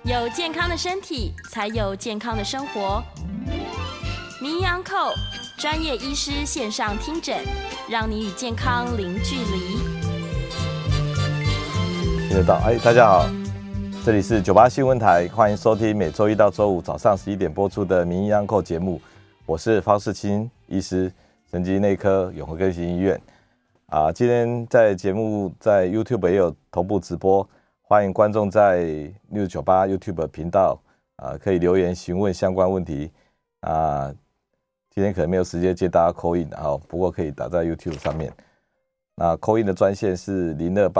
有健康的身体，才有健康的生活。名医安扣专业医师线上听诊，让你与健康零距离。 听得到，大家好，这里是98新闻台，欢迎收听每周一到周五早上11点播出的名医安扣节目，我是方世清医师，神经内科永和更新医院。今天在节目在 YouTube 也有同步直播，欢迎观众在698 YouTube 频道可以留言询问相关问题今天可能没有时间接大家 call in 不过可以打在 YouTube 上面。那 call in 的专线是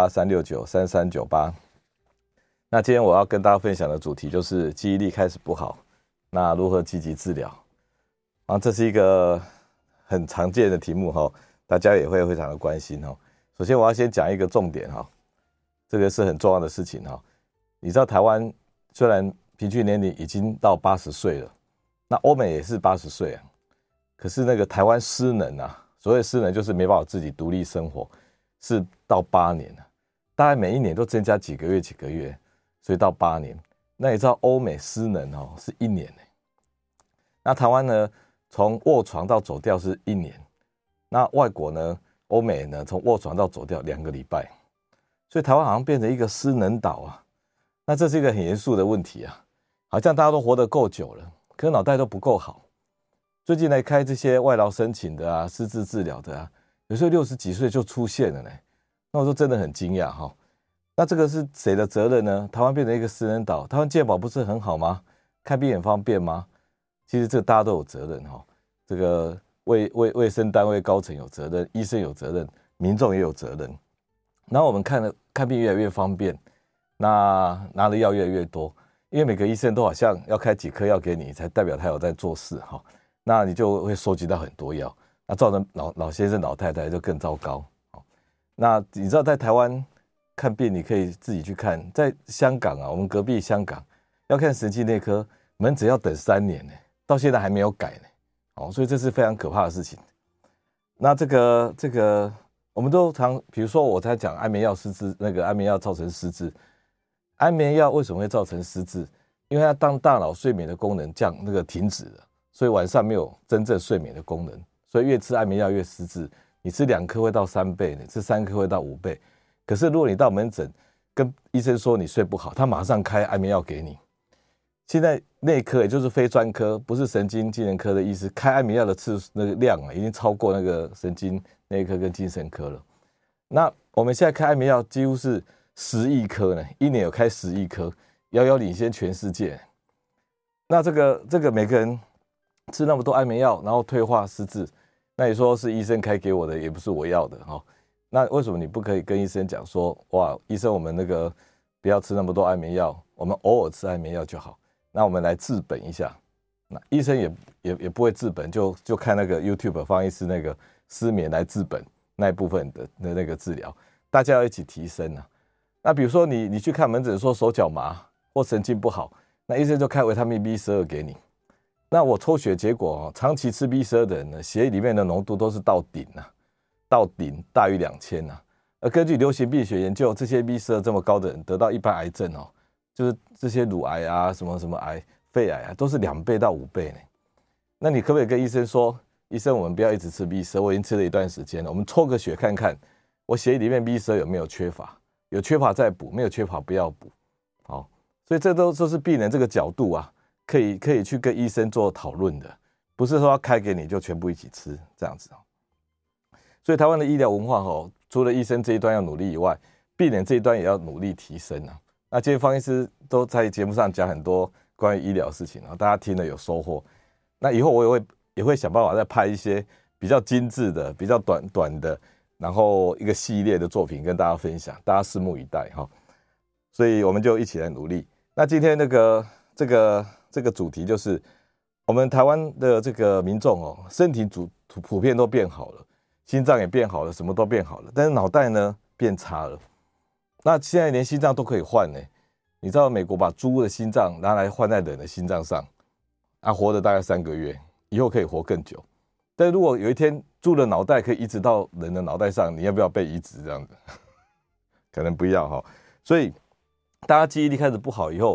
0283693398。那今天我要跟大家分享的主题就是记忆力开始不好，那如何积极治疗？这是一个很常见的题目大家也会非常的关心首先我要先讲一个重点这个是很重要的事情你知道台湾虽然平均年龄已经到80岁了，那欧美也是80岁可是那个台湾失能所谓失能就是没办法自己独立生活，是到8年大概每一年都增加几个月，所以到8年。那你知道欧美失能是1年那台湾呢，从卧床到走掉是1年。那外国呢，欧美呢，从卧床到走掉2个礼拜，所以台湾好像变成一个失能岛那这是一个很严肃的问题好像大家都活得够久了，可是脑袋都不够好。最近来开这些外劳申请的失智治疗的有时候60几岁就出现了那我说真的很惊讶那这个是谁的责任呢？台湾变成一个失能岛，台湾健保不是很好吗？看病很方便吗？其实这大家都有责任这个卫生单位高层有责任，医生有责任，民众也有责任。然后我们看病越来越方便，那拿的药越来越多，因为每个医生都好像要开几颗药给你，才代表他有在做事那你就会收集到很多药，那造成老先生老太太就更糟糕那你知道在台湾看病你可以自己去看，在香港我们隔壁香港要看神经内科门诊要等3年到现在还没有改所以这是非常可怕的事情。那这个我们都比如说我在讲安眠药失智，那个安眠药造成失智，安眠药为什么会造成失智？因为它当大脑睡眠的功能停止了，所以晚上没有真正睡眠的功能，所以越吃安眠药越失智。你吃2颗会到3倍，你吃3颗会到5倍。可是如果你到门诊跟医生说你睡不好，他马上开安眠药给你。现在内科也就是非专科，不是神经精神科的医师开安眠药的那个量已经超过那个神经内科跟精神科了。那我们现在开安眠药几乎是10亿颗1年有开10亿颗，遥遥领先全世界。那这个每个人吃那么多安眠药，然后退化失智，那你说是医生开给我的，也不是我要的那为什么你不可以跟医生讲说，哇，医生我们那个不要吃那么多安眠药，我们偶尔吃安眠药就好。那我们来治本一下，那医生也不会治本，就看那个 YouTube 方医师那个失眠来治本那一部分的那个治疗，大家要一起提升那比如说你去看门诊说手脚麻或神经不好，那医生就开维他命 B12 给你。那我抽血结果长期吃 B12 的人呢，血液里面的浓度都是到顶大于2000而根据流行病学研究，这些 B12 这么高的人得到一般癌症就是这些乳癌什么癌、肺癌都是2倍到5倍那你可不可以跟医生说，医生我们不要一直吃 B12， 我已经吃了一段时间了，我们抽个血看看我血液里面 B12 有没有缺乏，有缺乏再补，没有缺乏不要补所以这都是病人这个角度可以去跟医生做讨论的，不是说要开给你就全部一起吃这样子所以台湾的医疗文化除了医生这一端要努力以外，病人这一端也要努力提升那今天方医师都在节目上讲很多关于医疗事情大家听了有收获。那以后我也会想办法再拍一些比较精致的、比较短的，然后一个系列的作品跟大家分享，大家拭目以待所以我们就一起来努力。那今天这个主题就是我们台湾的这个民众身体普遍都变好了，心脏也变好了，什么都变好了，但是脑袋呢变差了。那现在连心脏都可以换你知道美国把猪的心脏拿来换在人的心脏上活了大概3个月，以后可以活更久。但如果有一天猪的脑袋可以移植到人的脑袋上，你要不要被移植这样子？可能不要所以大家记忆力开始不好以后，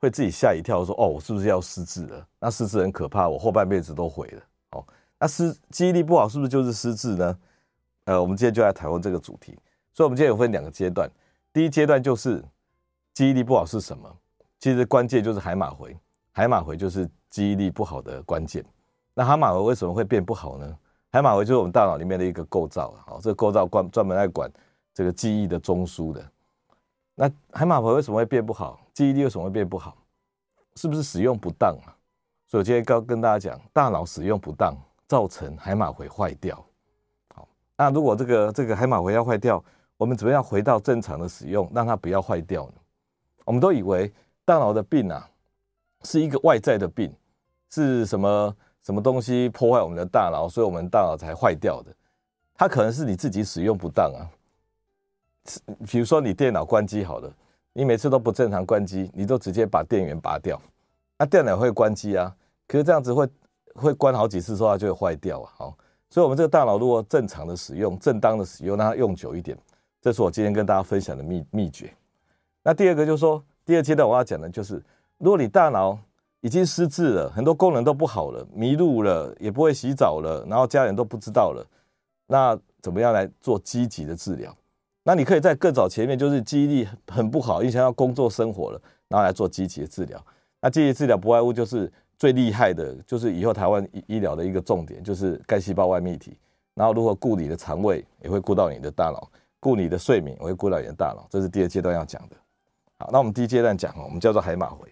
会自己吓一跳说，我是不是要失智了？那失智很可怕，我后半辈子都毁了。那记忆力不好是不是就是失智呢？我们今天就来讨论这个主题。所以我们今天有分2个阶段，第一阶段就是记忆力不好是什么？其实关键就是海马回，海马回就是记忆力不好的关键。那海马回为什么会变不好呢？海马回就是我们大脑里面的一个构造，这个构造专门来管这个记忆的中枢的。那海马回为什么会变不好？记忆力为什么会变不好？是不是使用不当啊？所以我今天跟大家讲，大脑使用不当造成海马回坏掉。好，那如果这个海马回要坏掉，我们怎么样回到正常的使用，让它不要坏掉呢？我们都以为大脑的病啊是一个外在的病，是什么东西破坏我们的大脑，所以我们大脑才坏掉的。它可能是你自己使用不当啊。比如说你电脑关机好了，你每次都不正常关机，你都直接把电源拔掉，那电脑会关机啊，可是这样子会关好几次之后它就会坏掉啊。所以我们这个大脑如果正常的使用，正当的使用，让它用久一点，这是我今天跟大家分享的秘诀。那第二个就是说，第二阶段我要讲的就是，如果你大脑已经失智了，很多功能都不好了，迷路了，也不会洗澡了，然后家人都不知道了，那怎么样来做积极的治疗？那你可以在更早前面，就是记忆力很不好，影响到工作生活了，然后来做积极的治疗。那积极治疗不外乎就是最厉害的，就是以后台湾医疗的一个重点，就是干细胞外泌体。然后如何顾你的肠胃，也会顾到你的大脑；顾你的睡眠，也会顾到你的大脑。这是第二阶段要讲的。好，那我们第一阶段讲，我们叫做海马回。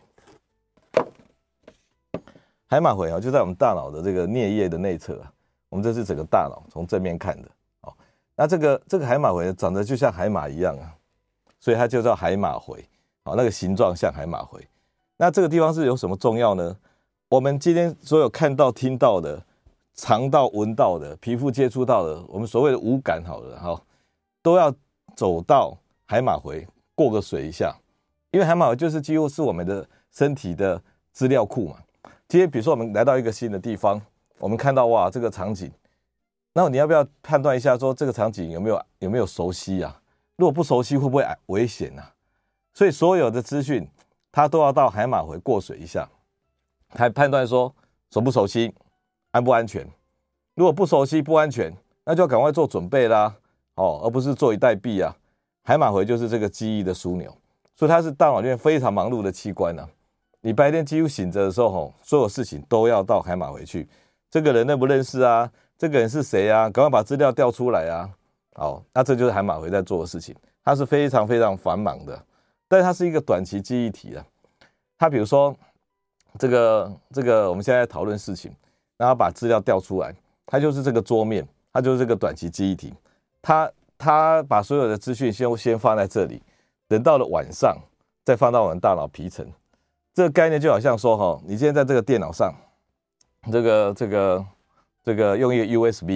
海马回就在我们大脑的这个颞叶的内侧啊。我们这是整个大脑从正面看的。那这个海马回长得就像海马一样啊，所以它就叫海马回。那个形状像海马回。那这个地方是有什么重要呢？我们今天所有看到、听到的、尝到、闻到的、皮肤接触到的，我们所谓的五感好了，都要走到海马回过个水一下，因为海马回就是几乎是我们的身体的资料库嘛。今天比如说我们来到一个新的地方，我们看到哇这个场景。那你要不要判断一下，说这个场景有没有熟悉啊？如果不熟悉，会不会危险啊？所以所有的资讯，它都要到海马回过水一下，才判断说熟不熟悉，安不安全。如果不熟悉、不安全，那就要赶快做准备啦，而不是坐以待毙啊。海马回就是这个记忆的枢纽，所以它是大脑里面非常忙碌的器官啊。你白天几乎醒着的时候，所有事情都要到海马回去。这个人认不认识啊？这个人是谁啊？赶快把资料调出来啊！好，那这就是海马回在做的事情，它是非常非常繁忙的，但是它是一个短期记忆体啊。它比如说这个我们现在在讨论事情，然后把资料调出来，它就是这个桌面，它就是这个短期记忆体。它把所有的资讯先放在这里，等到了晚上再放到我们大脑皮层。这个概念就好像说你今天在这个电脑上，这个用一个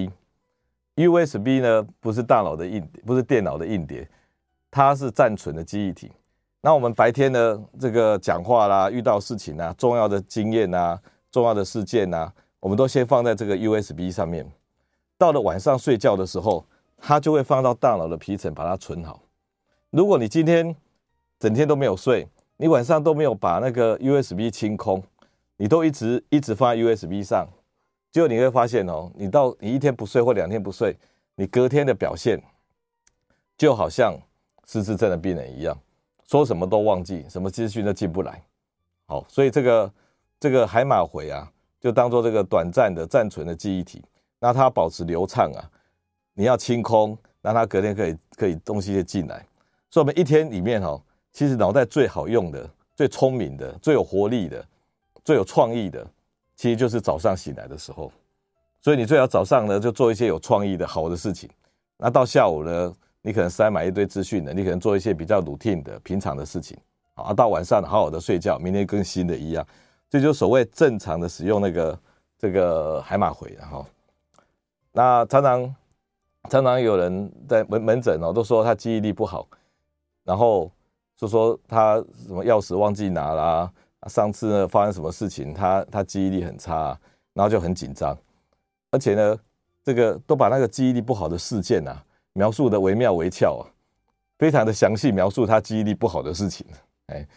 USB 呢不是大脑的硬碟，不是电脑的硬碟，它是暂存的记忆体。那我们白天呢这个讲话啦，遇到事情啊，重要的经验啊，重要的事件啊，我们都先放在这个 USB 上面。到了晚上睡觉的时候，它就会放到大脑的皮层把它存好。如果你今天整天都没有睡，你晚上都没有把那个 USB 清空，你都一直放在 USB 上，结果你会发现你一天不睡或2天不睡，你隔天的表现就好像失智症的病人一样，说什么都忘记，什么资讯都进不来。好，所以这个海马回啊，就当做这个短暂的暂存的记忆体，那它保持流畅啊，你要清空，让它隔天可以东西进来。所以我们一天里面其实脑袋最好用的、最聪明的、最有活力的、最有创意的，其实就是早上醒来的时候。所以你最好早上呢就做一些有创意的好的事情，那到下午呢你可能塞满一堆资讯的，你可能做一些比较 routine 的平常的事情，到晚上好好的睡觉，明天跟新的一样。这就是所谓正常的使用这个海马回。那常常有人在门诊都说他记忆力不好，然后就说他什么钥匙忘记拿啦，上次呢发生什么事情，他记忆力很差，然后就很紧张，而且呢这个都把那个记忆力不好的事件描述的惟妙惟肖非常的详细描述他记忆力不好的事情。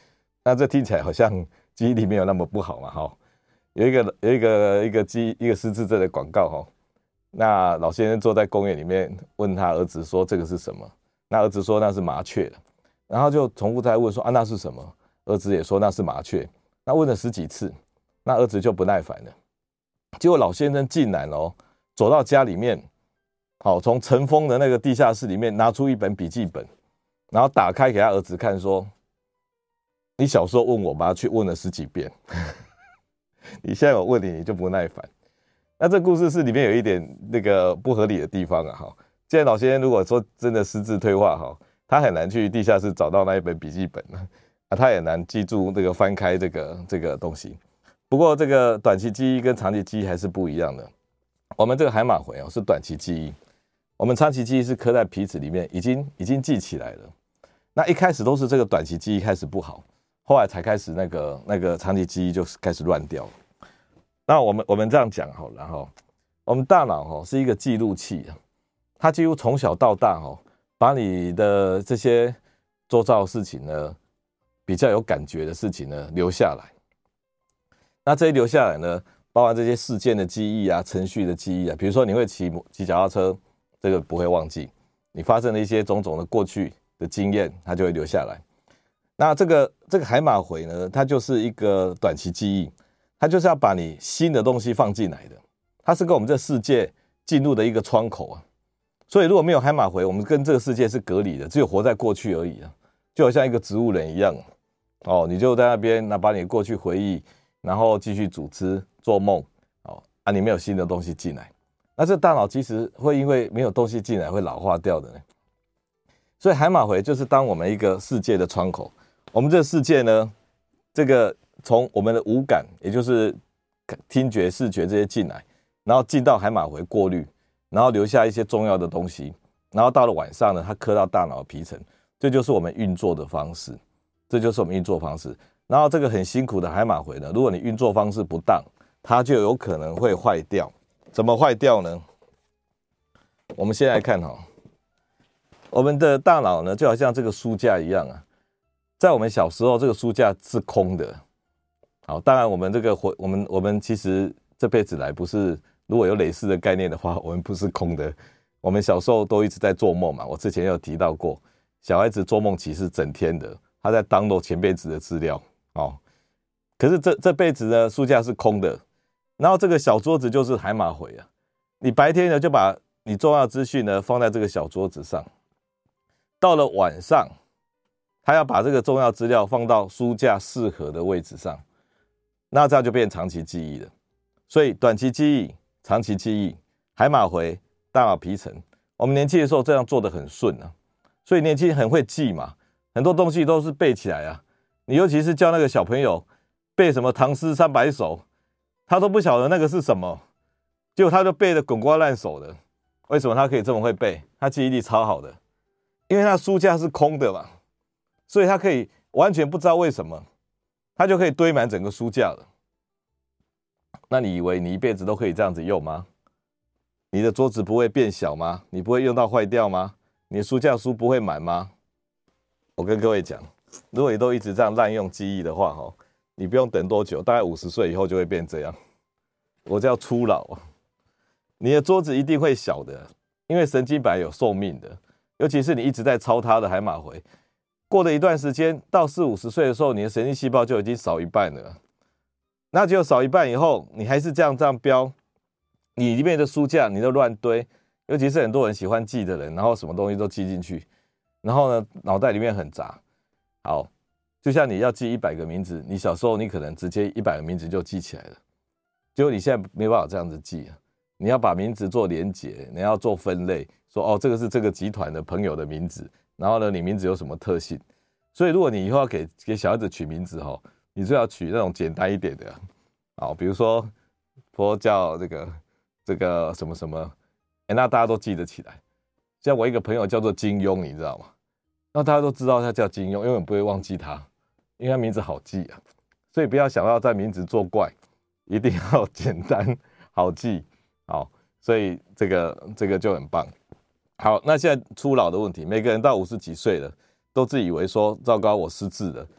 那这听起来好像记忆力没有那么不好嘛，哈。有一个失智症的广告哈，那老先生坐在公园里面问他儿子说这个是什么？那儿子说那是麻雀，然后就重复再问说那是什么？儿子也说那是麻雀。那问了10几次，那儿子就不耐烦了。结果老先生竟然走到家里面，从尘封的那个地下室里面拿出一本笔记本，然后打开给他儿子看说，你小时候问我麻雀问了10几遍。你现在我问你，你就不耐烦。那这故事是里面有一点那个不合理的地方啊。既然老先生如果说真的失智退化，他很难去地下室找到那一本笔记本他也难记住这个翻开这个东西。不过这个短期记忆跟长期记忆还是不一样的。我们这个海马回是短期记忆，我们长期记忆是刻在皮质里面，已经记起来了。那一开始都是这个短期记忆开始不好。后来才开始那个长期记忆就开始乱掉了。那我们这样讲好了我们大脑是一个记录器，它几乎从小到大把你的这些周遭的事情呢，比较有感觉的事情呢留下来。那这一留下来呢，包含这些事件的记忆啊、程序的记忆啊，比如说你会骑脚踏车，这个不会忘记，你发生的一些种种的过去的经验，它就会留下来。那这个海马回呢，它就是一个短期记忆，它就是要把你新的东西放进来的，它是跟我们这世界进入的一个窗口啊。所以如果没有海马回，我们跟这个世界是隔离的，只有活在过去而已啊，就好像一个植物人一样你就在那边，把你的过去回忆，然后继续组织做梦你没有新的东西进来，那这大脑其实会因为没有东西进来会老化掉的呢。所以海马回就是当我们一个世界的窗口。我们这个世界呢，这个从我们的五感，也就是听觉、视觉这些进来，然后进到海马回过滤，然后留下一些重要的东西，然后到了晚上呢，它刻到大脑的皮层，这就是我们运作的方式，然后这个很辛苦的海马回呢，如果你运作方式不当，它就有可能会坏掉。怎么坏掉呢？我们先来看我们的大脑呢，就好像这个书架一样啊。在我们小时候，这个书架是空的。当然我们我们其实这辈子来不是，如果有类似的概念的话，我们不是空的。我们小时候都一直在做梦嘛，我之前有提到过，小孩子做梦期是整天的，他在download前辈子的资料可是这辈子呢，书架是空的，然后这个小桌子就是海马回啊。你白天呢就把你重要资讯呢放在这个小桌子上，到了晚上，他要把这个重要资料放到书架适合的位置上，那这样就变长期记忆了。所以短期记忆、长期记忆、海马回、大脑皮层，我们年轻的时候这样做得很顺啊，所以年轻人很会记嘛，很多东西都是背起来啊。你尤其是叫那个小朋友背什么唐诗300首，他都不晓得那个是什么，结果他就背得滚瓜烂熟的。为什么他可以这么会背？他记忆力超好的，因为他书架是空的嘛，所以他可以完全不知道为什么，他就可以堆满整个书架了。那你以为你一辈子都可以这样子用吗？你的桌子不会变小吗？你不会用到坏掉吗？你的书架书不会满吗？我跟各位讲，如果你都一直这样滥用记忆的话，你不用等多久，大概50岁以后就会变这样。我叫初老啊。你的桌子一定会小的，因为神经本来有寿命的，尤其是你一直在抄它的海马回，过了一段时间，到40、50岁的时候，你的神经细胞就已经少一半了。那只有少一半以后，你还是这样标，你里面的书架你都乱堆，尤其是很多人喜欢记的人，然后什么东西都记进去，然后呢，脑袋里面很杂。好，就像你要记100个名字，你小时候你可能直接100个名字就记起来了，结果你现在没办法这样子记啊。你要把名字做连结，你要做分类，说这个是这个集团的朋友的名字，然后呢，你名字有什么特性？所以如果你以后要给小孩子取名字你最好取那种简单一点的比如说叫这个什么什么，那大家都记得起来。像我一个朋友叫做金庸，你知道吗？那大家都知道他叫金庸，永远不会忘记他，因为他名字好记啊。所以不要想要在名字作怪，一定要简单好记。所以这个就很棒。好，那现在初老的问题，每个人到50几岁了，都自以为说糟糕我失智了，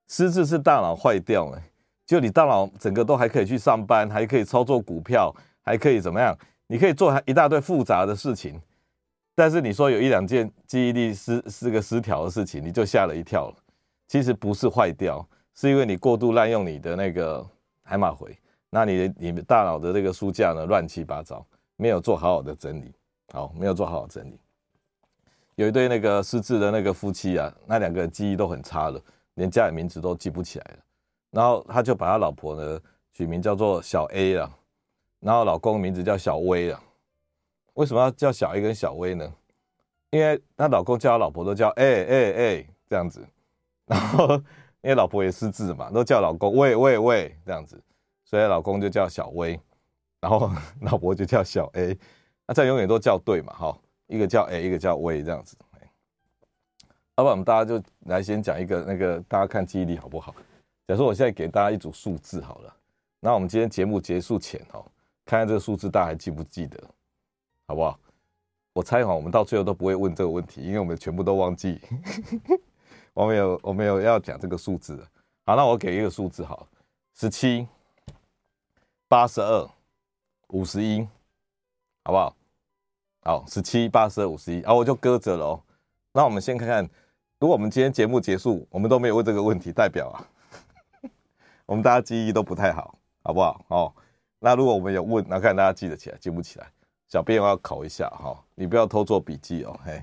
失智是大脑坏掉了，就你大脑整个都还可以去上班，还可以操作股票，还可以怎么样？你可以做一大堆复杂的事情，但是你说有1-2件记忆力是个失调的事情，你就吓了一跳了。其实不是坏掉，是因为你过度滥用你的那个海马回，那你大脑的这个书架呢乱七八糟，没有做好好的整理，没有做好好整理。有一对那个失智的那个夫妻啊，那2个人记忆都很差了，连家里名字都记不起来了。然后他就把他老婆呢取名叫做小 A 啦，然后老公名字叫小薇啦。为什么要叫小 A 跟小薇呢？因为他老公叫他老婆都叫这样子，然后因为老婆也失智嘛，都叫老公喂这样子，所以老公就叫小薇，然后老婆就叫小 A， 那这样永远都叫对嘛，一个叫 A， 一个叫薇这样子。要不然我们大家就来先讲一个那个大家看记忆力好不好？假设我现在给大家一组数字好了，那我们今天节目结束前看看这个数字大家还记不记得，好不好？我猜我们到最后都不会问这个问题，因为我们全部都忘记。我没有要讲这个数字了。好，那我给一个数字好了，17、82、51，好不好？好，17、82、51，我就搁着了那我们先看看，如果我们今天节目结束，我们都没有问这个问题，代表我们大家记忆都不太好，好不好？那如果我们有问，那看大家记得起来，记不起来，小编我要考一下你不要偷做笔记嘿。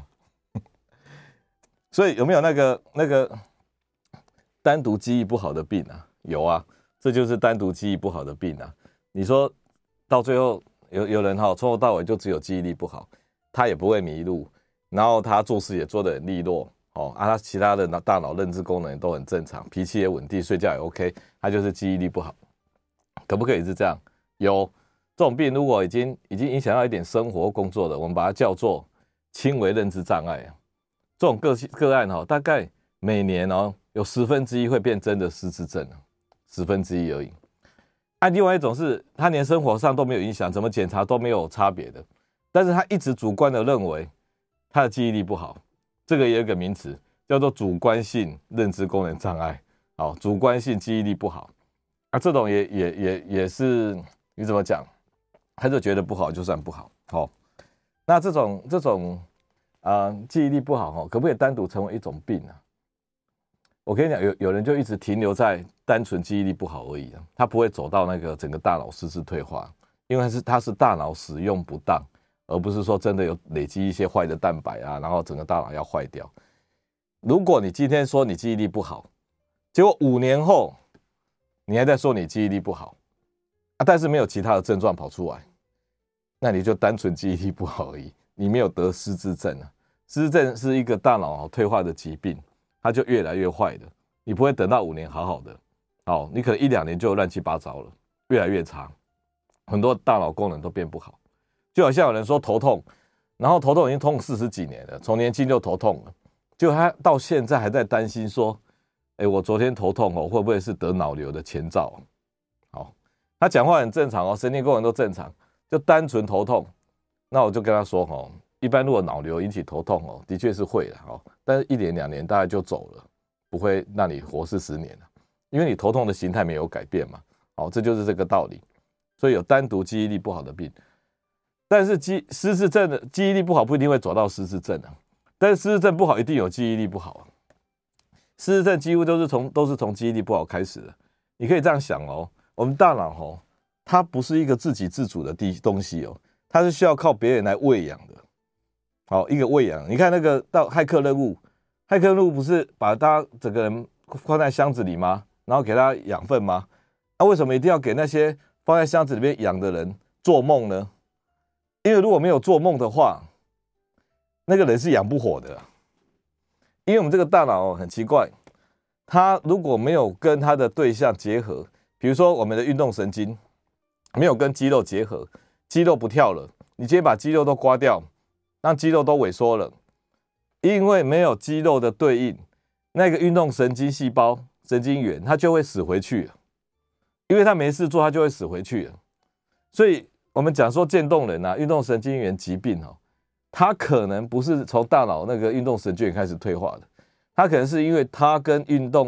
所以有没有那个单独记忆不好的病啊？有啊，这就是单独记忆不好的病啊。你说到最后有人从头到尾就只有记忆力不好，他也不会迷路，然后他做事也做得很利落他其他的大脑认知功能都很正常，脾气也稳定，睡觉也 OK， 他就是记忆力不好。可不可以是这样？有这种病，如果已经影响到一点生活工作的，我们把它叫做轻微认知障碍这种个案大概每年有1/10会变真的失智症，1/10而已。另外一种是他连生活上都没有影响，怎么检查都没有差别的，但是他一直主观的认为他的记忆力不好，这个也有一个名词叫做主观性认知功能障碍。主观性记忆力不好这种也是你怎么讲，他就觉得不好就算不好那这种记忆力不好可不可以单独成为一种病啊？我跟你讲，有人就一直停留在单纯记忆力不好而已他不会走到那个整个大脑失智退化，因为他是大脑使用不当，而不是说真的有累积一些坏的蛋白然后整个大脑要坏掉。如果你今天说你记忆力不好，结果5年后你还在说你记忆力不好但是没有其他的症状跑出来，那你就单纯记忆力不好而已，你没有得失智症失智症是一个大脑退化的疾病，它就越来越坏的，你不会等到5年好好的你可能1-2年就乱七八糟了，越来越差，很多大脑功能都变不好。就好像有人说头痛，然后头痛已经痛40几年了，从年轻就头痛了，就他到现在还在担心说我昨天头痛会不会是得脑瘤的前兆他讲话很正常神经功能都正常，就单纯头痛。那我就跟他说一般如果脑瘤引起头痛的确是会的但是1年2年大概就走了，不会让你活40年了，因为你头痛的形态没有改变嘛这就是这个道理。所以有单独记忆力不好的病，但是失智症的记忆力不好不一定会走到失智症但是失智症不好一定有记忆力不好失智症几乎都是从记忆力不好开始的。你可以这样想我们大脑它不是一个自给自足的东西它是需要靠别人来喂养的一个喂养。你看那个到骇客任务不是把大家整个人放在箱子里吗？然后给他养分吗？为什么一定要给那些放在箱子里面养的人做梦呢？因为如果没有做梦的话，那个人是养不活的因为我们这个大脑很奇怪，它如果没有跟它的对象结合，比如说我们的运动神经没有跟肌肉结合，肌肉不跳了，你今天把肌肉都刮掉，让肌肉都萎缩了，因为没有肌肉的对应，那个运动神经细胞神经元它就会死回去了，因为它没事做它就会死回去了。所以我们讲说渐冻人运动神经元疾病它可能不是从大脑那个运动神经元开始退化的，它可能是因为它跟运动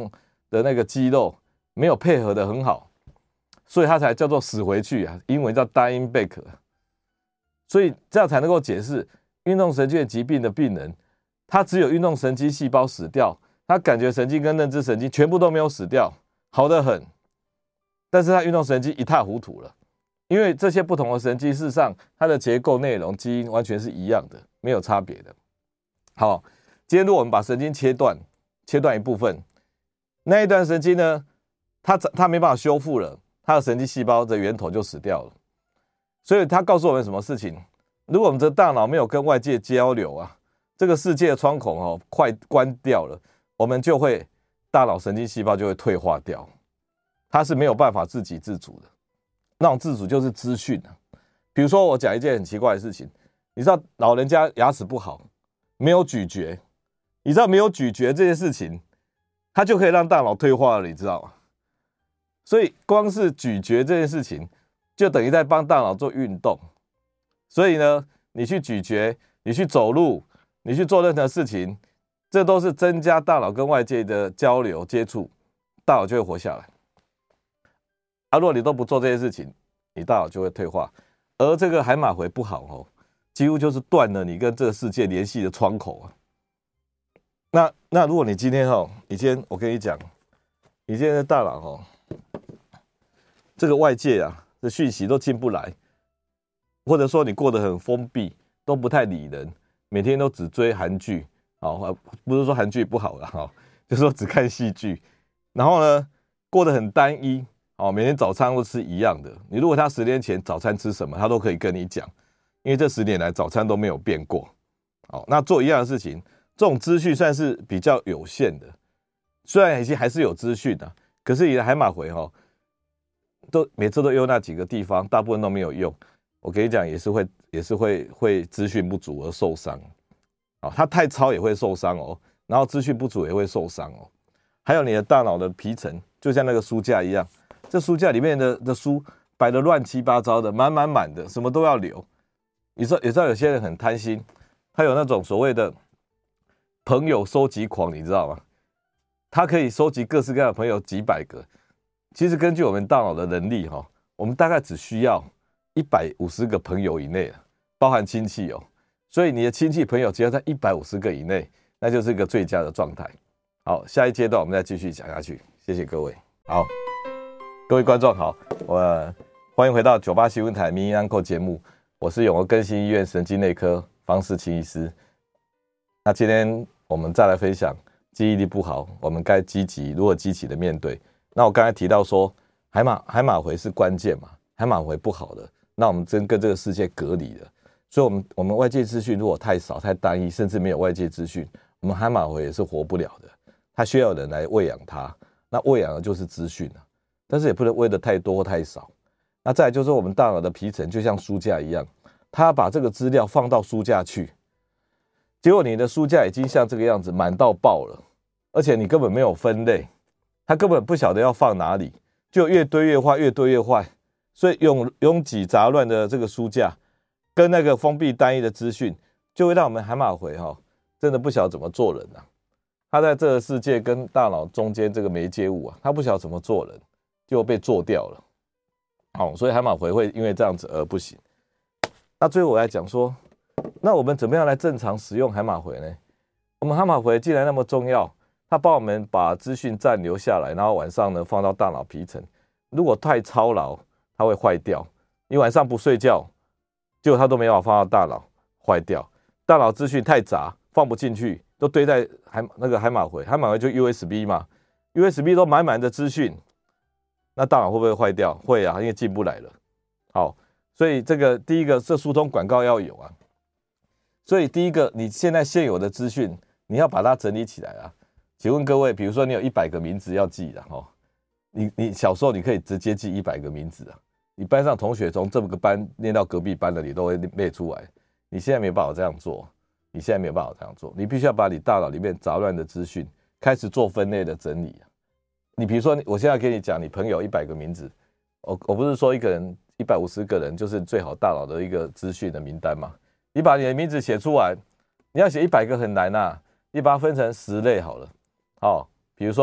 的那个肌肉没有配合的很好，所以它才叫做死回去啊，英文叫 dying back。所以这样才能够解释运动神经疾病的病人，他只有运动神经细胞死掉，他感觉神经跟认知神经全部都没有死掉，好得很，但是他运动神经一塌糊涂了。因为这些不同的神经，事实上它的结构、内容、基因完全是一样的，没有差别的。好，今天如果我们把神经切断一部分，那一段神经呢，它没办法修复了，它的神经细胞的源头就死掉了。所以它告诉我们什么事情？如果我们的大脑没有跟外界交流啊，这个世界的窗口快关掉了，我们就会大脑神经细胞就会退化掉，它是没有办法自给自足的。那种自主就是资讯啊。比如说我讲一件很奇怪的事情，你知道老人家牙齿不好，没有咀嚼，你知道没有咀嚼这件事情，它就可以让大脑退化了，你知道吗？所以光是咀嚼这件事情，就等于在帮大脑做运动。所以呢，你去咀嚼，你去走路，你去做任何事情，这都是增加大脑跟外界的交流接触，大脑就会活下来。如果你都不做这些事情，你大脑就会退化。而这个海马回不好几乎就是断了你跟这个世界联系的窗口啊。那如果你今天我跟你讲，你今天的大脑这个外界的讯息都进不来，或者说你过得很封闭，都不太理人，每天都只追韩剧不是说韩剧不好啦就是说只看戏剧，然后呢过得很单一每天早餐都吃一样的。你如果他10年前早餐吃什么，他都可以跟你讲，因为这10年来早餐都没有变过。那做一样的事情，这种资讯算是比较有限的。虽然还是有资讯可是你的海马回每次都用那几个地方，大部分都没有用。我跟你讲，也是会资讯不足而受伤。他太超也会受伤然后资讯不足也会受伤还有你的大脑的皮层，就像那个书架一样。这书架里面的书摆得乱七八糟的，满的，什么都要留。你知道有些人很贪心，他有那种所谓的朋友收集狂，你知道吗？他可以收集各式各样的朋友几百个。其实根据我们大脑的能力我们大概只需要150个朋友以内，包含亲戚所以你的亲戚朋友只要在150个以内，那就是一个最佳的状态。好，下一阶段我们再继续讲下去。谢谢各位。好，各位观众好，欢迎回到98新闻台名医安扣节目，我是永和更新医院神经内科方世清医师。那今天我们再来分享记忆力不好，我们该如何积极的面对。那我刚才提到说海马回是关键嘛，海马回不好的，那我们真跟这个世界隔离了。所以我们外界资讯如果太少太单一，甚至没有外界资讯，我们海马回也是活不了的。它需要有人来喂养它，那喂养的就是资讯但是也不能喂的太多或太少。那再来就是我们大脑的皮层就像书架一样，它要把这个资料放到书架去，结果你的书架已经像这个样子满到爆了，而且你根本没有分类，它根本不晓得要放哪里，就越堆越坏，越堆越坏。所以拥挤杂乱的这个书架跟那个封闭单一的资讯，就会让我们海马回真的不晓得怎么做人他在这个世界跟大脑中间这个媒介物他不晓得怎么做人，就被做掉了所以海马回会因为这样子而不行。那最后我来讲说，那我们怎么样来正常使用海马回呢？我们海马回既然那么重要，它帮我们把资讯暂留下来，然后晚上呢放到大脑皮层。如果太操劳，它会坏掉。你晚上不睡觉，结果它都没办法放到大脑，坏掉。大脑资讯太杂，放不进去，都堆在海马回。海马回就 USB 嘛 ，USB 都满的资讯，那大脑会不会坏掉？会因为进不来了。好，所以第一个，这疏通管道要有所以第一个，你现有的资讯，你要把它整理起来请问各位，比如说你有100个名字要记的你小时候你可以直接记100个名字你班上同学从这个班念到隔壁班的，你都会背出来。你现在没有办法这样做，你必须要把你大脑里面杂乱的资讯开始做分类的整理你比如说，我现在跟你讲，你朋友100个名字，我不是说一个人150个人就是最好大脑的一个资讯的名单嘛？你把你的名字写出来，你要写100个很难你把它分成10类好了。比如说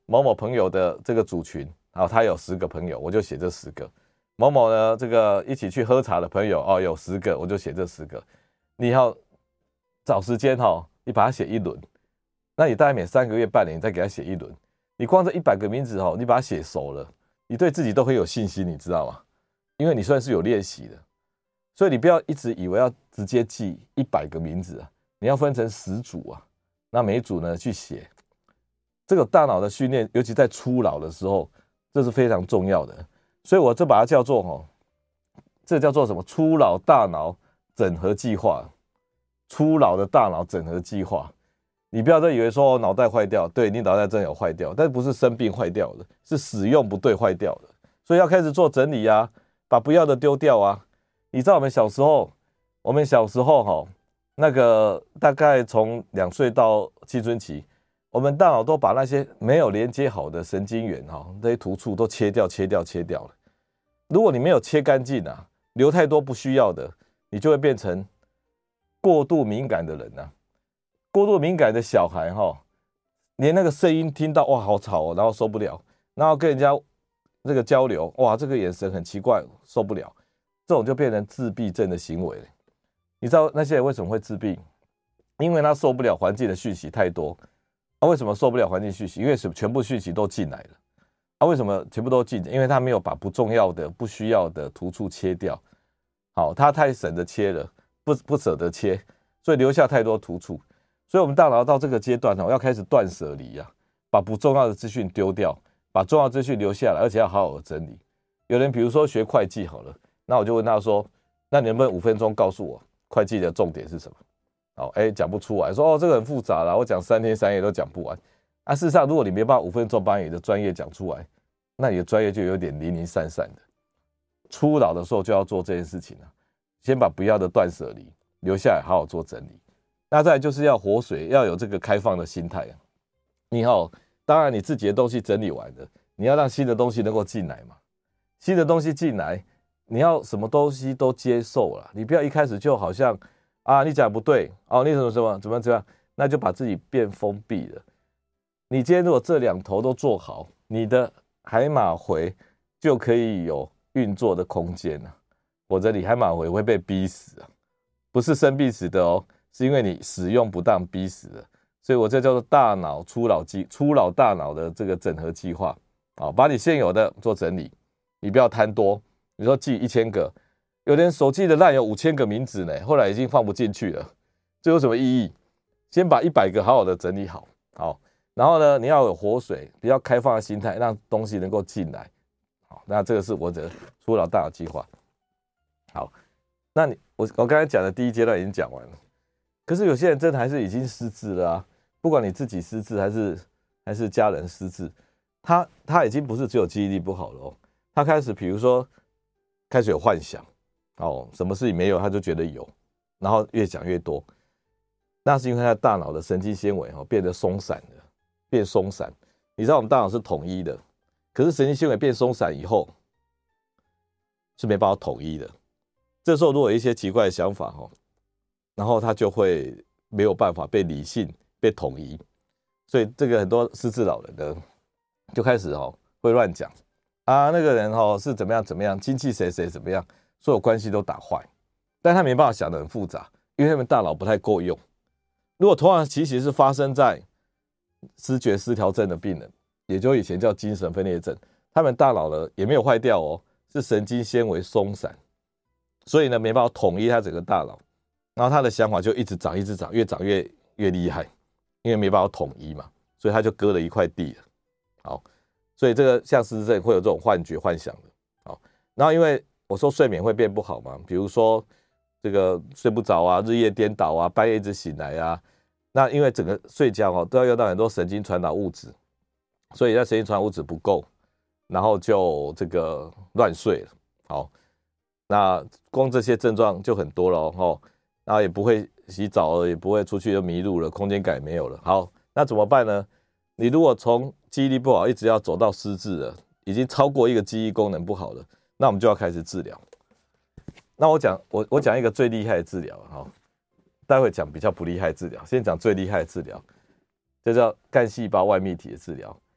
某某朋友的这个组群，好，他有10个朋友，我就写这10个。某某呢，这个一起去喝茶的朋友，哦，有10个，我就写这10个。你要找时间你把它写一轮，那你大概每3个月、半年，你再给他写一轮。你光这100个名字你把它写熟了，你对自己都很有信心，你知道吗？因为你算是有练习的，所以你不要一直以为要直接记100个名字啊，你要分成10组啊，那每一组呢去写。这个大脑的训练，尤其在初老的时候，这是非常重要的。所以我这把它叫做这叫做什么？初老大脑整合计划。初老的大脑整合计划。你不要再以为说脑袋坏掉，对，你脑袋真的有坏掉，但不是生病坏掉的，是使用不对坏掉的。所以要开始做整理啊，把不要的丢掉啊。你知道我们小时候那个大概从2岁到青春期，我们大脑都把那些没有连接好的神经元这些突触都切掉了。如果你没有切干净啊，留太多不需要的，你就会变成过度敏感的人啊。过度敏感的小孩连那个声音听到哇好吵然后受不了，然后跟人家这个交流，哇这个眼神很奇怪，受不了，这种就变成自闭症的行为了。你知道那些人为什么会自闭？因为他受不了环境的讯息太多。为什么受不了环境讯息？因为全部讯息都进来了。为什么全部都进？因为他没有把不重要的、不需要的突触切掉。好，他太省着切了，不舍得切，所以留下太多突触。所以我们大脑到这个阶段要开始断舍离啊，把不重要的资讯丢掉，把重要资讯留下来，而且要好好的整理。有人比如说学会计好了，那我就问他说，那你能不能5分钟告诉我会计的重点是什么？好，讲不出来，说这个很复杂啦，我讲3天3夜都讲不完。事实上，如果你没办法5分钟把你的专业讲出来，那你的专业就有点零零散散的。初老的时候就要做这件事情了，先把不要的断舍离，留下来好好做整理。那再来就是要活水，要有这个开放的心态。你当然你自己的东西整理完了，你要让新的东西能够进来嘛。新的东西进来，你要什么东西都接受了，你不要一开始就好像你讲不对你怎么样，那就把自己变封闭了。你今天如果这2头都做好，你的海马回就可以有运作的空间了。否则你海马回会被逼死啊，不是生病死的是因为你使用不当逼死的。所以我这叫做大脑初老大脑的这个整合计划。把你现有的做整理，你不要贪多。你说记1000个，有人手机的烂有5000个名字呢，后来已经放不进去了，这有什么意义？先把100个好好的整理好，然后呢，你要有活水，比较开放的心态，让东西能够进来。好，那这个是我的初老大脑计划。好，那我刚才讲的第一阶段已经讲完了。可是有些人真的还是已经失智了啊！不管你自己失智还是家人失智，他已经不是只有记忆力不好了他开始比如说开始有幻想什么事情没有他就觉得有，然后越讲越多。那是因为他大脑的神经纤维变得松散了，变松散。你知道我们大脑是统一的，可是神经纤维变松散以后是没办法统一的。这时候如果有一些奇怪的想法然后他就会没有办法被理性被统一，所以这个很多失智老人呢就开始会乱讲那个人是怎么样，亲戚谁怎么样，所有关系都打坏，但他没办法想得很复杂，因为他们大脑不太够用。如果同样其实是发生在思觉失调症的病人，也就以前叫精神分裂症，他们大脑呢也没有坏掉是神经纤维松散，所以呢没办法统一他整个大脑。然后他的想法就一直长，越长越厉害，因为没办法统一嘛，所以他就割了一块地了。好，所以这个像失智症会有这种幻觉、幻想的。好，然后因为我说睡眠会变不好嘛，比如说这个睡不着啊，日夜颠倒啊，半夜一直醒来啊，那因为整个睡觉都要用到很多神经传导物质，所以那神经传导物质不够，然后就这个乱睡了。好，那光这些症状就很多了然后也不会洗澡了，也不会出去就迷路了，空间感也没有了。好，那怎么办呢？你如果从记忆力不好一直要走到失智了，已经超过一个记忆功能不好了，那我们就要开始治疗。那我讲一个最厉害的治疗待会讲比较不厉害的治疗，先讲最厉害的治疗，这叫干细胞外泌体的治疗。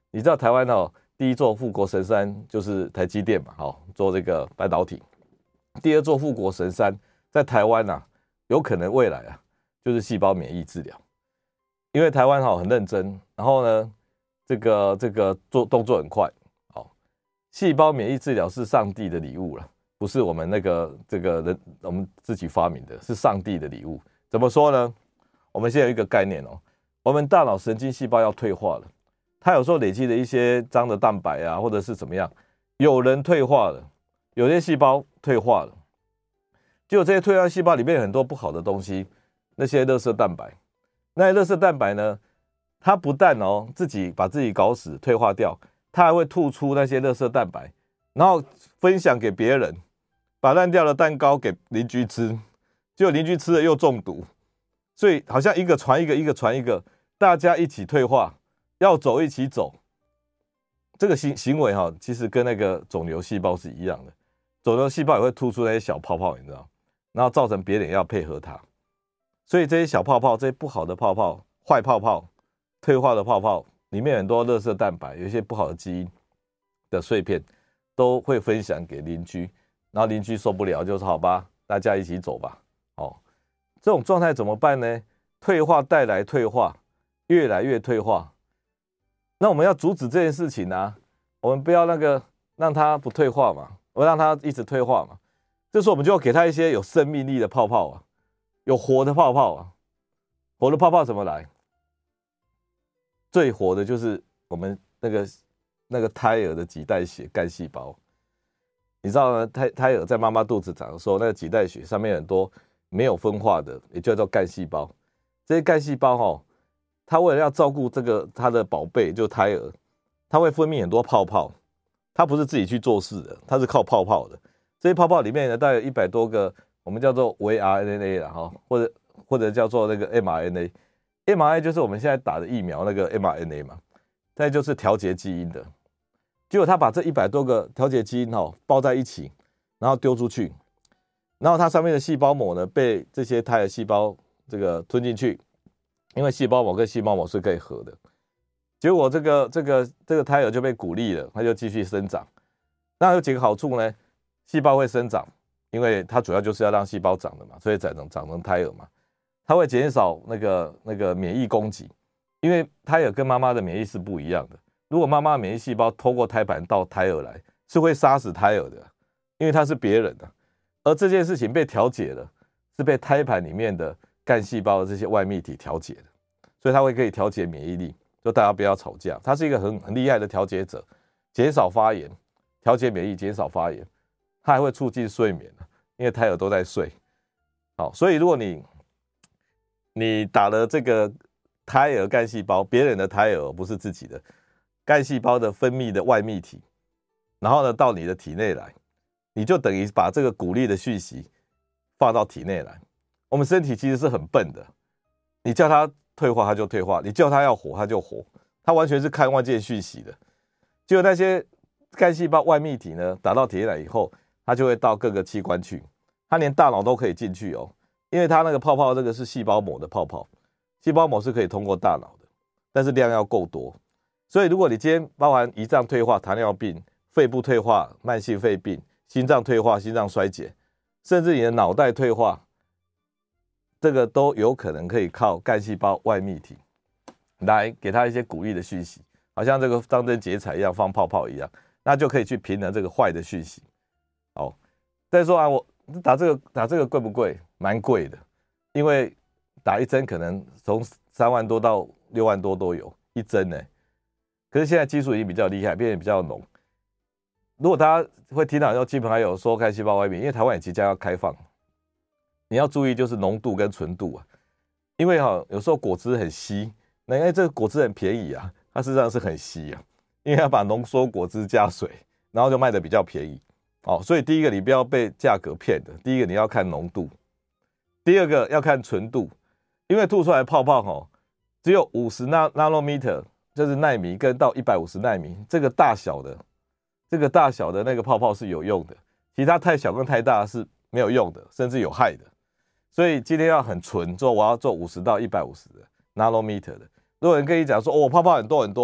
你知道台湾第一座护国神山就是台积电嘛，做这个半导体。第二座护国神山在台湾有可能未来就是细胞免疫治疗，因为台湾很认真，然后呢，这个做动作很快，细胞免疫治疗是上帝的礼物了，不是我们我们自己发明的，是上帝的礼物。怎么说呢？我们现在有一个概念我们大脑神经细胞要退化了。它有时候累积的一些脏的蛋白或者是怎么样，有人退化了，有些细胞退化了，结果这些退化细胞里面有很多不好的东西，那些垃圾蛋白，那些垃圾蛋白呢，它不但自己把自己搞死退化掉，它还会吐出那些垃圾蛋白，然后分享给别人，把烂掉的蛋糕给邻居吃，结果邻居吃了又中毒，所以好像一个传一个，一个传一个，大家一起退化。要走一起走，这个行为其实跟那个肿瘤细胞是一样的，肿瘤细胞也会突出那些小泡泡，你知道，然后造成别人要配合它，所以这些小泡泡，这些不好的泡泡、坏泡泡、退化的泡泡，里面很多垃圾蛋白，有一些不好的基因的碎片，都会分享给邻居，然后邻居受不了，就说好吧，大家一起走吧。这种状态怎么办呢？退化带来退化，越来越退化。那我们要阻止这件事情我们不要让它不退化嘛，我让它一直退化嘛。这时候我们就要给它一些有生命力的泡泡有活的泡泡活的泡泡怎么来？最活的就是我们那个胎儿的脐带血干细胞。你知道呢？胎儿在妈妈肚子长的时候，那个脐带血上面很多没有分化的，也叫做干细胞。这些干细胞它为了要照顾它的宝贝，就是胎儿，它会分泌很多泡泡，它不是自己去做事的，它是靠泡泡的。这些泡泡里面呢，大概有100多个，我们叫做微 RNA 啦，或者叫做那个 mRNA。mRNA 就是我们现在打的疫苗那个 mRNA 嘛，再就是调节基因的。结果它把这100多个调节基因包在一起，然后丢出去，然后它上面的细胞膜呢，被这些胎儿细胞吞进去。因为细胞膜跟细胞膜是可以合的，结果这个胎儿就被鼓励了，它就继续生长。那有几个好处呢？细胞会生长，因为它主要就是要让细胞长的嘛，所以长成胎儿嘛。它会减少那个免疫攻击，因为胎儿跟妈妈的免疫是不一样的。如果妈妈的免疫细胞透过胎盘到胎儿来，是会杀死胎儿的，因为它是别人的。而这件事情被调节了，是被胎盘里面的干细胞的这些外泌体调节的，所以它可以调节免疫力。就大家不要吵架，它是一个很厉害的调节者，减少发炎，调节免疫，减少发炎。它还会促进睡眠，因为胎儿都在睡。好，所以如果你打了这个胎儿干细胞，别人的胎儿不是自己的干细胞的分泌的外泌体，然后呢到你的体内来，你就等于把这个鼓励的讯息放到体内来。我们身体其实是很笨的，你叫它退化它就退化，你叫它要活它就活，它完全是看外界讯息的。结果那些干细胞外泌体呢打到体内来以后，它就会到各个器官去，它连大脑都可以进去哦，因为它那个泡泡这个是细胞膜的泡泡，细胞膜是可以通过大脑的，但是量要够多。所以如果你今天包含胰脏退化、糖尿病、肺部退化、慢性肺病、心脏退化、心脏衰竭，甚至你的脑袋退化，这个都有可能可以靠干细胞外泌体来给它一些鼓励的讯息，好像这个张灯结彩一样，放泡泡一样，那就可以去平衡这个坏的讯息。好，再说我打这个贵不贵？蛮贵的，因为打一针可能从3万多到6万多都有一针呢。可是现在技术已经比较厉害，变得比较浓。如果大家会听到基本还有说干细胞外泌，因为台湾也即将要开放，你要注意就是浓度跟纯度啊。因为有时候果汁很稀，那因为这个果汁很便宜啊，它事实上是很稀啊，因为要把浓缩果汁加水，然后就卖的比较便宜。所以第一个你不要被价格骗的，第一个你要看浓度，第二个要看纯度，因为吐出来的泡泡只有50 nanometer， 就是奈米跟到150奈米这个大小的那个泡泡是有用的，其他太小跟太大是没有用的，甚至有害的。所以今天要很纯，我要做50到150的 nanometer 的。如果人跟你讲说我泡泡很多很多，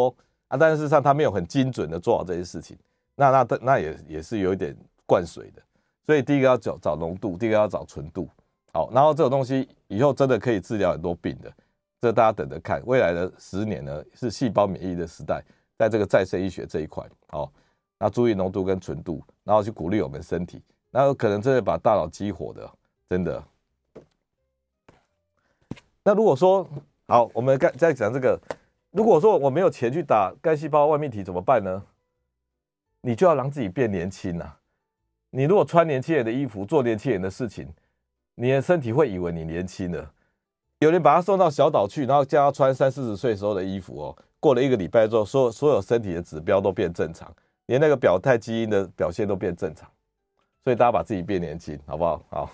啊，但是事实上他没有很精准的做好这些事情，那也是有一点灌水的。所以第一个要找浓度，第一个要找纯度。好，然后这种东西以后真的可以治疗很多病的，这大家等着看。未来的10年呢，是细胞免疫的时代，在这个再生医学这一块，好，那注意浓度跟纯度，然后去鼓励我们身体，然后可能真的把大脑激活的，真的。那如果说好，我们再讲这个，如果说我没有钱去打干细胞外泌体怎么办呢？你就要让自己变年轻啊！你如果穿年轻人的衣服，做年轻人的事情，你的身体会以为你年轻了。有人把他送到小岛去，然后叫他穿30-40岁时候的衣服哦，过了1个礼拜之后，所有身体的指标都变正常，连那个表态基因的表现都变正常。所以大家把自己变年轻，好不好？好，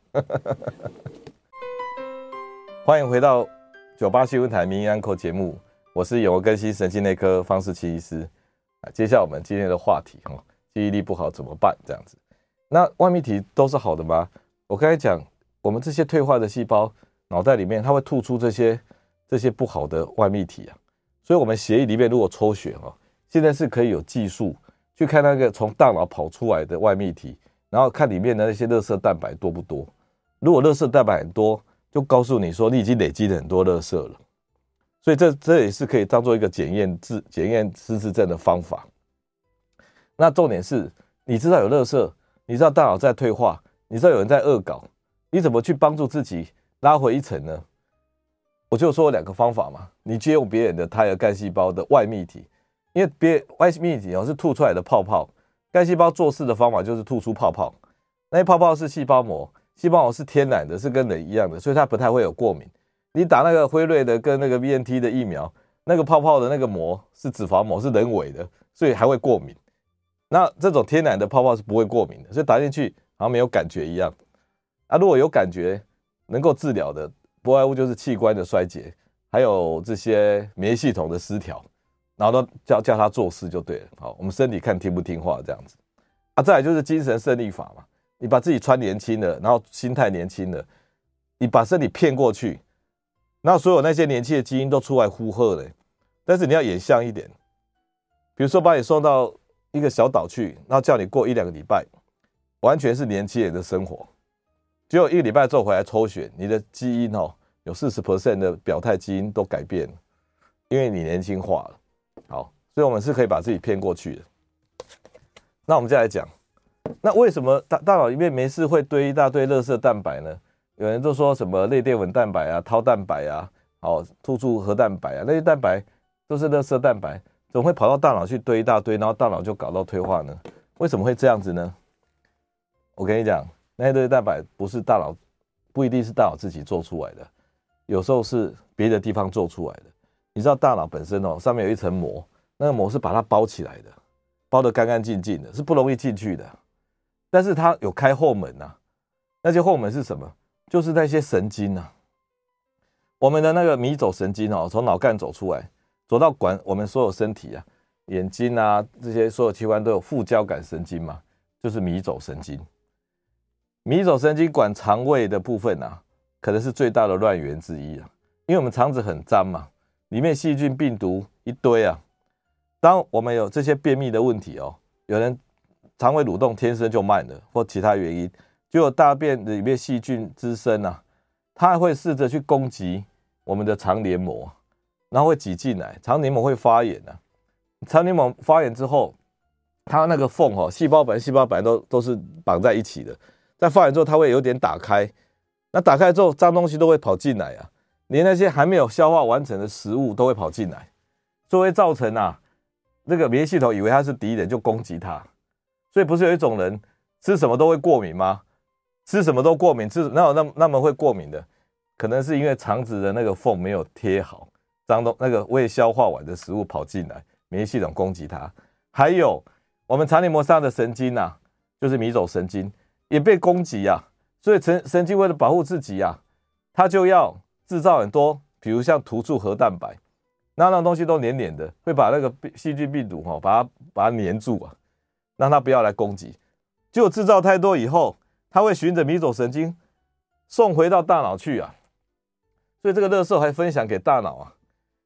欢迎回到98新闻台名医安扣节目，我是永和更新神经内科方识欽医师。接下来我们今天的话题哦，记忆力不好怎么办？这样子，那外泌体都是好的吗？我刚才讲，我们这些退化的细胞脑袋里面，它会吐出这些不好的外泌体啊，所以我们血液里面如果抽血哦，现在是可以有技术去看那个从大脑跑出来的外泌体，然后看里面的那些垃圾蛋白多不多。如果垃圾蛋白很多，就告诉你说你已经累积了很多垃圾了。所以这也是可以当做一个检验失智症的方法。那重点是，你知道有垃圾，你知道大脑在退化，你知道有人在恶搞，你怎么去帮助自己拉回一层呢？我就说2个方法嘛，你借用别人的胎儿干细胞的外泌体，因为外泌体是吐出来的泡泡，干细胞做事的方法就是吐出泡泡，那些泡泡是细胞膜，细胞膜是天然的，是跟人一样的，所以它不太会有过敏。你打那个辉瑞的跟那个 BNT 的疫苗，那个泡泡的那个膜是脂肪膜，是人为的，所以还会过敏。那这种天然的泡泡是不会过敏的，所以打进去好像没有感觉一样。啊，如果有感觉能够治疗的，不外乎就是器官的衰竭，还有这些免疫系统的失调，然后都叫它做事就对了。好，我们身体看听不听话这样子。啊，再来就是精神胜利法嘛，你把自己穿年轻了，然后心态年轻了，你把身体骗过去，那所有那些年轻的基因都出来呼喝了，但是你要演像一点，比如说把你送到一个小岛去，然后叫你过1-2个礼拜，完全是年轻人的生活。结果1个礼拜之后回来抽血，你的基因有 40% 的表态基因都改变了，因为你年轻化了。好，所以我们是可以把自己骗过去的。那我们再来讲，那为什么大脑里面没事会堆一大堆垃圾蛋白呢？有人就说什么类淀粉蛋白啊、tau蛋白啊、突触核蛋白啊，那些蛋白都是垃圾蛋白，怎么会跑到大脑去堆一大堆，然后大脑就搞到退化呢？为什么会这样子呢？我跟你讲，那些垃圾蛋白不一定是大脑自己做出来的，有时候是别的地方做出来的。你知道大脑本身上面有一层膜，那个膜是把它包起来的，包得干干净净的，是不容易进去的。但是它有开后门啊，那些后门是什么？就是那些神经啊，我们的那个迷走神经从脑干走出来，走到管我们所有身体啊，眼睛啊这些所有器官都有副交感神经嘛，就是迷走神经。迷走神经管肠胃的部分啊，可能是最大的乱源之一啊，因为我们肠子很脏嘛，里面细菌病毒一堆啊。当我们有这些便秘的问题有人肠胃蠕动天生就慢了，或其他原因。结果大便里面细菌滋生啊，它还会试着去攻击我们的肠黏膜，然后会挤进来，肠黏膜会发炎啊。肠黏膜发炎之后，它那个缝细胞本来都是绑在一起的，在发炎之后它会有点打开，那打开之后脏东西都会跑进来啊，连那些还没有消化完成的食物都会跑进来，所以会造成那个免疫系统以为它是敌人就攻击它。所以不是有一种人吃什么都会过敏吗？吃什么都过敏，哪有那么会过敏的？可能是因为肠子的那个缝没有贴好，那个未消化完的食物跑进来，免疫系统攻击它。还有我们肠黏膜上的神经就是迷走神经也被攻击所以神经为了保护自己它就要制造很多，比如像突触核蛋白，那东西都黏黏的，会把那个细菌病毒把它黏住让它不要来攻击。结果制造太多以后，它会循着迷走神经送回到大脑去所以这个垃圾还分享给大脑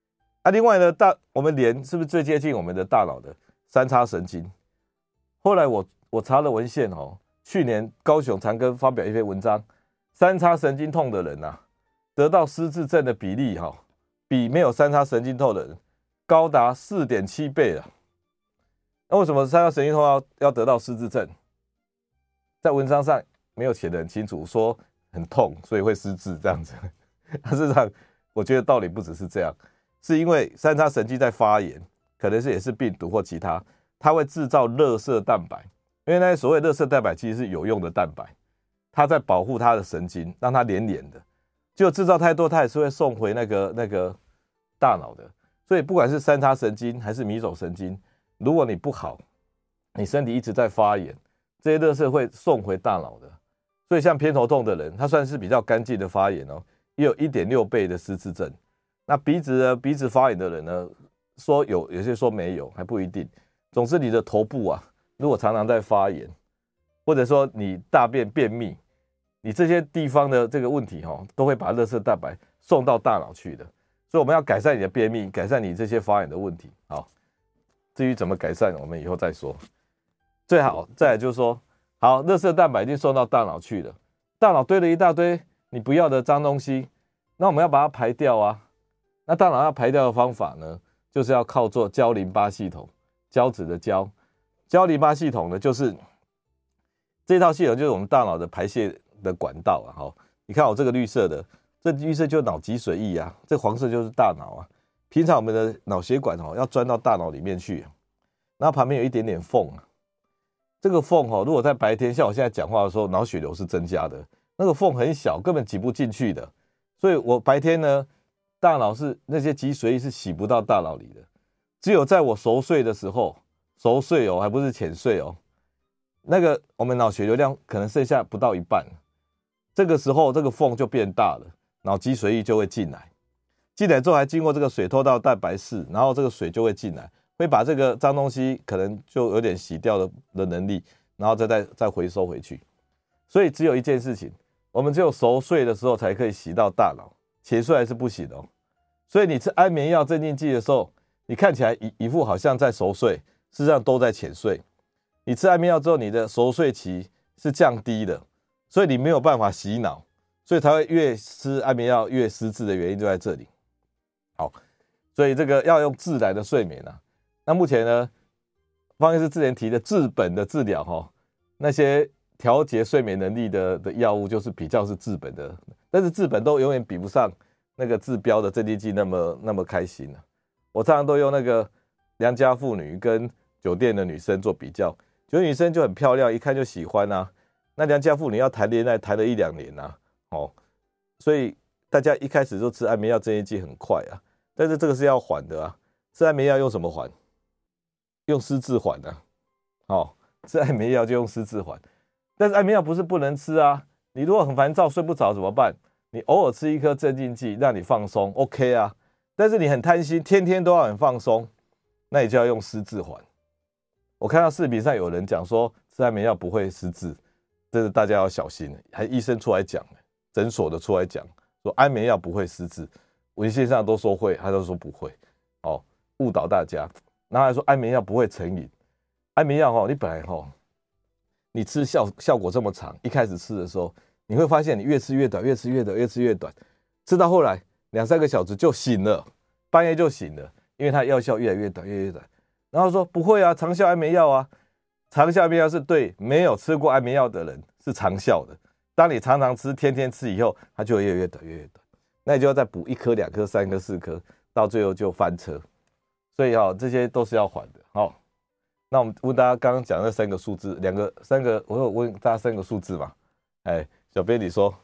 另外呢，我们脸是不是最接近我们的大脑的三叉神经？后来我查了文献去年高雄长庚发表一篇文章，三叉神经痛的人得到失智症的比例比没有三叉神经痛的人高达 4.7 倍了。那为什么三叉神经痛要得到失智症？在文章上没有写得很清楚，说很痛所以会失智这样子。事实上我觉得道理不只是这样，是因为三叉神经在发炎，可能也是病毒或其他，它会制造垃圾蛋白，因为那些所谓垃圾蛋白其实是有用的蛋白，它在保护它的神经，让它连连的，就制造太多它也是会送回那个大脑的。所以不管是三叉神经还是迷走神经，如果你不好，你身体一直在发炎，这些垃圾会送回大脑的。所以像偏头痛的人，他算是比较干净的发炎也有 1.6 倍的失智症。那鼻子发炎的人呢，说有些说没有，还不一定。总之你的头部如果常常在发炎，或者说你大便便秘，你这些地方的这个问题都会把垃圾蛋白送到大脑去的。所以我们要改善你的便秘，改善你这些发炎的问题。好，至于怎么改善，我们以后再说。最好再来就是说，好，垃圾蛋白已经送到大脑去了，大脑堆了一大堆你不要的脏东西，那我们要把它排掉啊。那大脑要排掉的方法呢，就是要靠做胶淋巴系统，胶质的胶淋巴系统呢，就是这套系统就是我们大脑的排泄的管道你看我这个绿色的，这绿色就是脑脊髓液这黄色就是大脑平常我们的脑血管要钻到大脑里面去，然后旁边有一点点缝这个缝如果在白天，像我现在讲话的时候，脑血流是增加的，那个缝很小，根本挤不进去的。所以我白天呢，大脑是那些脊髓液是洗不到大脑里的，只有在我熟睡的时候，熟睡还不是浅睡那个我们脑血流量可能剩下不到一半，这个时候这个缝就变大了，脑脊髓液就会进来之后还经过这个水透道蛋白室，然后这个水就会进来，会把这个脏东西可能就有点洗掉的能力，然后再回收回去。所以只有一件事情，我们只有熟睡的时候才可以洗到大脑，浅睡还是不行所以你吃安眠药镇静剂的时候，你看起来一副好像在熟睡，事实上都在浅睡。你吃安眠药之后，你的熟睡期是降低的，所以你没有办法洗脑，所以才会越吃安眠药越失智的原因就在这里。好，所以这个要用自然的睡眠那目前呢，方医师之前提的治本的治疗那些调节睡眠能力的药物就是比较是治本的，但是治本都永远比不上那个治标的镇静剂那么开心我常常都用那个良家妇女跟酒店的女生做比较，酒店女生就很漂亮，一看就喜欢那良家妇女要谈恋爱谈了1-2年所以大家一开始就吃安眠药镇静剂很快但是这个是要缓的吃安眠药用什么缓？用失智缓吃安眠药就用失智缓。但是安眠药不是不能吃你如果很烦躁睡不着怎么办？你偶尔吃一颗镇静剂让你放松 OK 但是你很贪心，天天都要很放松，那你就要用失智缓。我看到视频上有人讲说吃安眠药不会失智，这是大家要小心还医生出来讲，诊所的出来讲说安眠药不会失智，文献上都说会，他都说不会误导大家。然后还说安眠药不会成瘾，安眠药你本来你吃效果这么长，一开始吃的时候你会发现你越吃越短，越吃越短，越吃越短，吃到后来2-3个小时就醒了，半夜就醒了，因为它药效越来越短，越来越短。然后说不会长效安眠药长效安眠药是对没有吃过安眠药的人是长效的，当你常常吃，天天吃以后，它就会越来越短，越来越短，那你就要再补1颗、2颗、3颗、4颗，到最后就翻车。所以这些都是要还的那我们问大家刚刚讲那3个数字，3个，我有问大家3个数字嘛？小编你说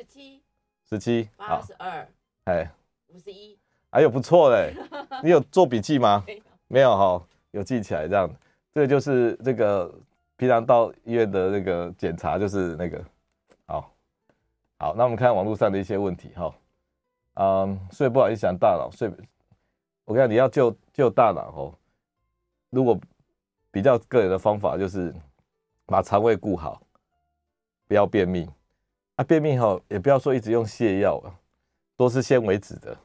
17、 82、51， 哎呦不错嘞，你有做笔记吗？没有有记起来这样。这个就是这个平常到医院的那个检查，就是那个好，那我们看网络上的一些问题睡不好影响大脑，我看你要救大脑如果比较个人的方法就是把肠胃顾好，不要便秘便秘也不要说一直用泻药多吃纤维质的，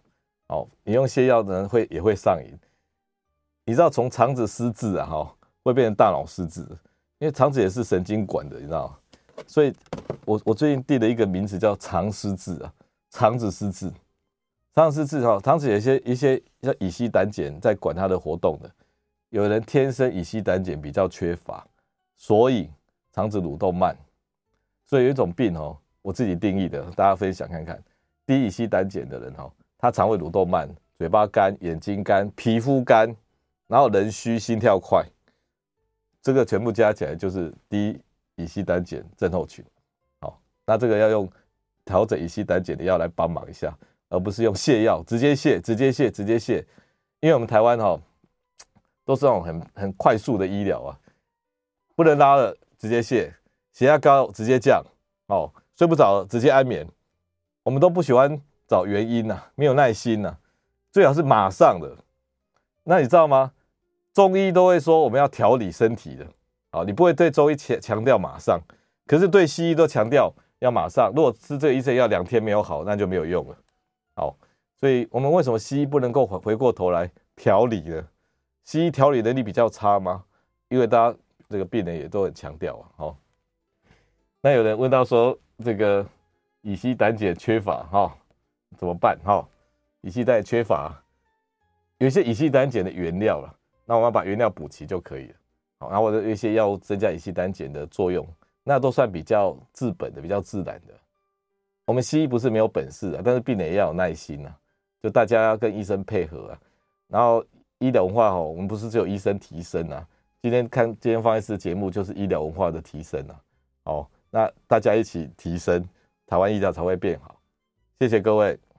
你用泻药呢也会上瘾。你知道从肠子失智啊，会变成大脑失智，因为肠子也是神经管的，你知道吗？所以我最近定了一个名词叫肠失智啊，肠子失智。肠子失智肠子有一些像乙酰胆碱在管它的活动的，有人天生乙酰胆碱比较缺乏，所以肠子蠕动慢。所以有一种病我自己定义的，大家分享看看。低乙酰胆碱的人他肠胃蠕动慢，嘴巴干，眼睛干，皮肤干，然后人虚，心跳快，这个全部加起来就是低乙酰胆碱症候群。那这个要用调整乙酰胆碱的药来帮忙一下，而不是用泻药直接泻。因为我们台湾都是那种很快速的医疗啊，不能拉了直接泻，血压高直接降，睡不着直接安眠。我们都不喜欢找原因没有耐心最好是马上的。那你知道吗？中医都会说我们要调理身体的，你不会对中医强调马上，可是对西医都强调要马上。如果吃这个医生药2天没有好，那就没有用了。所以我们为什么西医不能够回过头来调理呢？西医调理能力比较差吗？因为大家这个病人也都很强调那有人问到说，这个乙酰胆碱缺乏怎么办乙酰胆碱缺乏，有一些乙酰胆碱的原料啦，那我们要把原料补齐就可以了。然后或者有一些药物增加乙酰胆碱的作用，那都算比较治本的，比较自然的。我们西医不是没有本事但是病人也要有耐心就大家要跟医生配合然后医疗文化我们不是只有医生提升今天放一次节目就是医疗文化的提升那大家一起提升，台湾医疗才会变好。谢谢各位。